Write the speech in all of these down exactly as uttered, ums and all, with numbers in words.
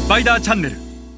パイダーチャンネル。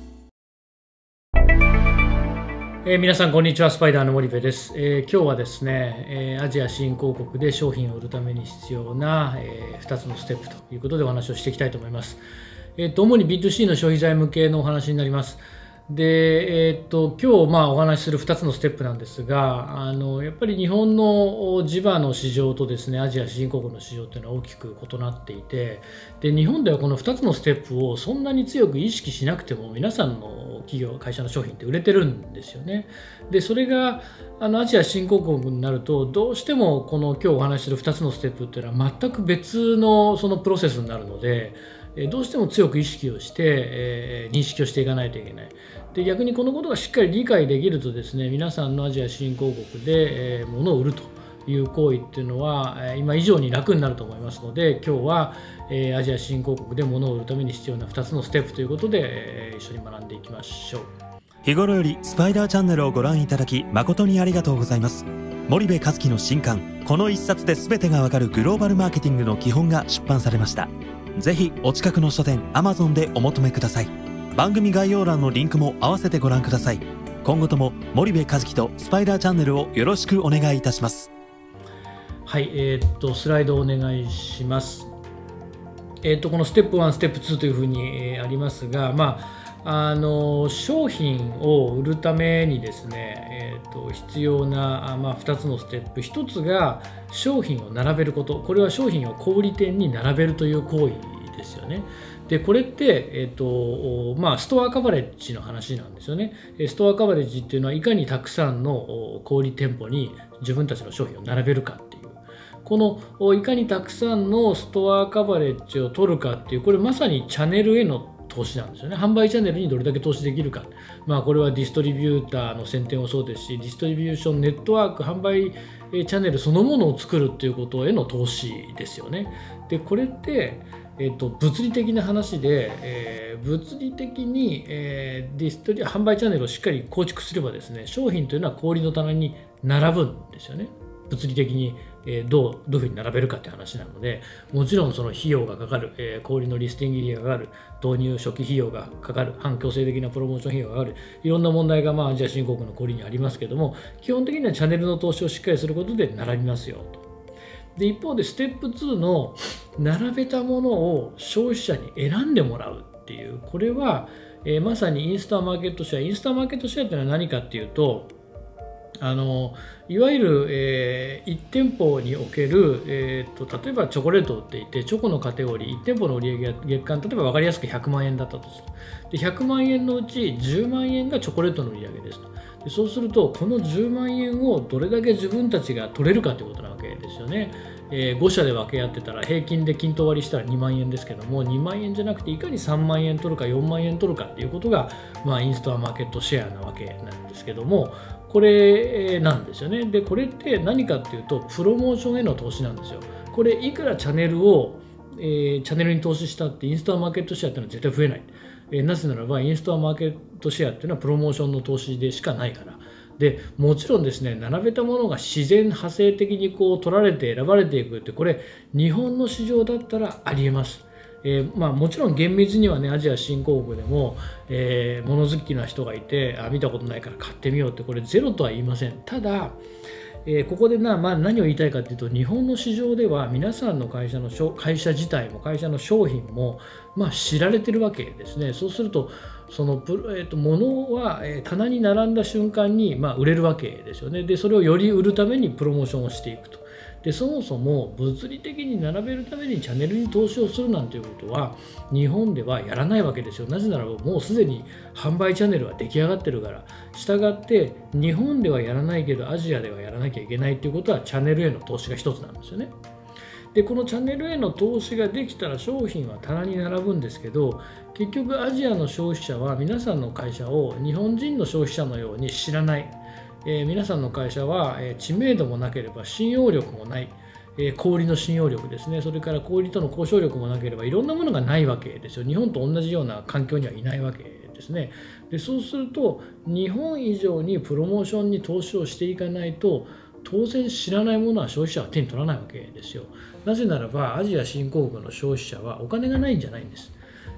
えー、皆さんこんにちは、スパイダーの森部です。えー、今日はですね、えー、アジア新興国で商品を売るために必要な、えー、ふたつのステップということでお話をしていきたいと思います。えー、と主に ビーツーシー の消費財向けのお話になります。で、えー、と今日まあお話しするふたつのステップなんですが、あのやっぱり日本の地場の市場とですね、アジア新興国の市場というのは大きく異なっていて、で日本ではこのふたつのステップをそんなに強く意識しなくても皆さんの企業会社の商品って売れてるんですよね。でそれがあのアジア新興国になるとどうしてもこの今日お話しするふたつのステップっていうのは全く別のそのプロセスになるので、どうしても強く意識をして、えー、認識をしていかないといけない。で逆にこのことがしっかり理解できるとですね、皆さんのアジア新興国で、えー、物を売るという行為っていうのは、えー、今以上に楽になると思いますので、今日は、えー、アジア新興国で物を売るために必要なふたつのステップということで、えー、一緒に学んでいきましょう。 日頃よりスパイダーチャンネルをご覧いただき誠にありがとうございます。森部一樹の新刊、この一冊で全てがわかるグローバルマーケティングの基本が出版されました。ぜひお近くの書店 アマゾン でお求めください。番組概要欄のリンクも合わせてご覧ください。今後とも森部一樹とスパイダーチャンネルをよろしくお願いいたします。 はい、えー、っとスライドをお願いします。えー、っとこのステップワン、ステップツーというふうに、えー、ありますが、まあ、あの商品を売るためにですね、えー、っと必要な、まあ、ふたつのステップ、ひとつが商品を並べること。これは商品を小売店に並べるという行為ですよね。でこれって、えーとまあ、ストアカバレッジの話なんですよね。ストアカバレッジっていうのはいかにたくさんの小売店舗に自分たちの商品を並べるかっていう、このいかにたくさんのストアカバレッジを取るかっていう、これまさにチャンネルへの投資なんですよね。販売チャンネルにどれだけ投資できるか、まあ、これはディストリビューターの選定もそうですし、ディストリビューションネットワーク、販売チャンネルそのものを作るっていうことへの投資ですよね。でこれってえー、と物理的な話で、えー、物理的に、えー、ディストリ販売チャンネルをしっかり構築すればですね、商品というのは小売の棚に並ぶんですよね。物理的に、えー、どう、どういうふうに並べるかという話なので、もちろんその費用がかかる、えー、小売のリスティング費用がかかる、導入初期費用がかかる、反強制的なプロモーション費用がかかる、いろんな問題が、まあ、アジア新興国の小売にありますけども、基本的にはチャンネルの投資をしっかりすることで並びますよと。で一方でステップツーの並べたものを消費者に選んでもらうっていう、これは、えー、まさにインスタマーケットシェア。インスタマーケットシェアっていうのは何かっていうと、あのいわゆる、えー、いち店舗における、えー、と例えばチョコレートを売っていて、チョコのカテゴリーいち店舗の売上が月間例えば分かりやすくひゃくまんえんだったとする。でひゃくまんえんのうちじゅうまんえんがチョコレートの売上ですと。でそうするとこのじゅうまんえんをどれだけ自分たちが取れるかということなわけですよね。えー、ご社で分け合ってたら平均で均等割りしたらにまんえんですけども、にまんえんじゃなくていかにさんまんえん取るかよんまんえん取るかっていうことが、まあ、インストアマーケットシェアなわけなんですけども、これなんですよね。でこれって何かっていうとプロモーションへの投資なんですよ。これいくらチャンネルを、えー、チャンネルに投資したってインストアマーケットシェアっていうのは絶対増えない。えー、なぜならばインストアマーケットシェアっていうのはプロモーションの投資でしかないから。でもちろんですね、並べたものが自然派生的にこう取られて選ばれていくって、これ日本の市場だったらありえます。えーまあ、もちろん厳密にはね、アジア新興国でも、えー、物好きな人がいて、あ見たことないから買ってみようって、これゼロとは言いません。ただ、えー、ここでな、まあ、何を言いたいかというと、日本の市場では皆さんの会社の会社自体も会社の商品も、まあ、知られてるわけですね。そうするとそのプロ、えー、と物は、えー、棚に並んだ瞬間に、まあ、売れるわけですよね。でそれをより売るためにプロモーションをしていくと。でそもそも物理的に並べるためにチャンネルに投資をするなんていうことは日本ではやらないわけですよ。なぜならばもうすでに販売チャンネルは出来上がってるから。したがって日本ではやらないけどアジアではやらなきゃいけないということはチャンネルへの投資が一つなんですよね。でこのチャンネルへの投資ができたら商品は棚に並ぶんですけど、結局アジアの消費者は皆さんの会社を日本人の消費者のように知らない。えー、皆さんの会社は、えー、知名度もなければ信用力もない、えー、小売の信用力ですね、それから小売との交渉力もなければいろんなものがないわけですよ。日本と同じような環境にはいないわけですね。でそうすると日本以上にプロモーションに投資をしていかないと、当然知らないものは消費者は手に取らないわけですよ。なぜならばアジア新興国の消費者はお金がないんじゃないんです。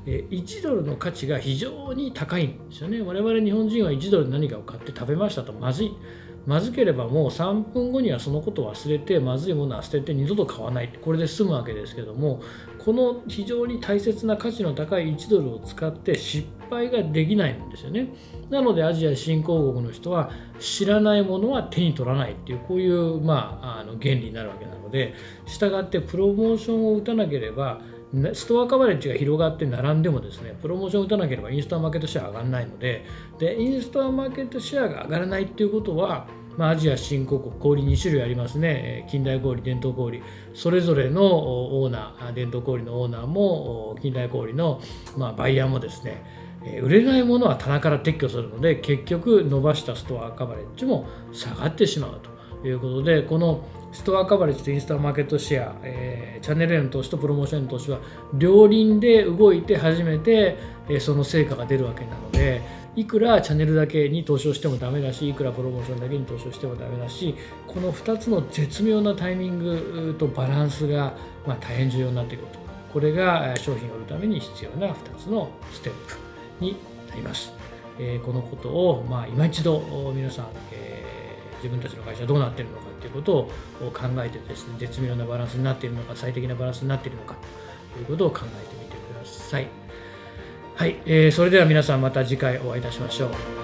いちドルの価値が非常に高いんですよね。我々日本人はいちドルで何かを買って食べましたとまずい。まずければもうさんぷんごにはそのことを忘れて、まずいものは捨てて二度と買わない、これで済むわけですけども、この非常に大切な価値の高いいちドルを使って失敗ができないんですよね。なのでアジア新興国の人は知らないものは手に取らないっていう、こういう、まあ、あの原理になるわけなので、したがってプロモーションを打たなければ、ストアカバレッジが広がって並んでもですね、プロモーションを打たなければインストアマーケットシェア上がらないので、でインストアマーケットシェアが上がらないっていうことは、まあ、アジア新興国、小売に種類ありますね。近代小売、伝統小売、それぞれのオーナー、伝統小売のオーナーも近代小売の、まあ、バイヤーもですね、売れないものは棚から撤去するので、結局伸ばしたストアカバレッジも下がってしまうということで、このストアカバレッジとインスタマーケットシェア、えー、チャンネルへの投資とプロモーションへの投資は両輪で動いて初めて、えー、その成果が出るわけなので、いくらチャンネルだけに投資をしてもダメだし、いくらプロモーションだけに投資をしてもダメだし、このふたつの絶妙なタイミングとバランスが、まあ、大変重要になってくると。これが商品を売るために必要なふたつのステップになります。えー、このことを、まあ、今一度皆さん、えー自分たちの会社はどうなっているのかということを考えてですね、絶妙なバランスになっているのか、最適なバランスになっているのかということを考えてみてください。はい、えー、それでは皆さんまた次回お会いいたしましょう。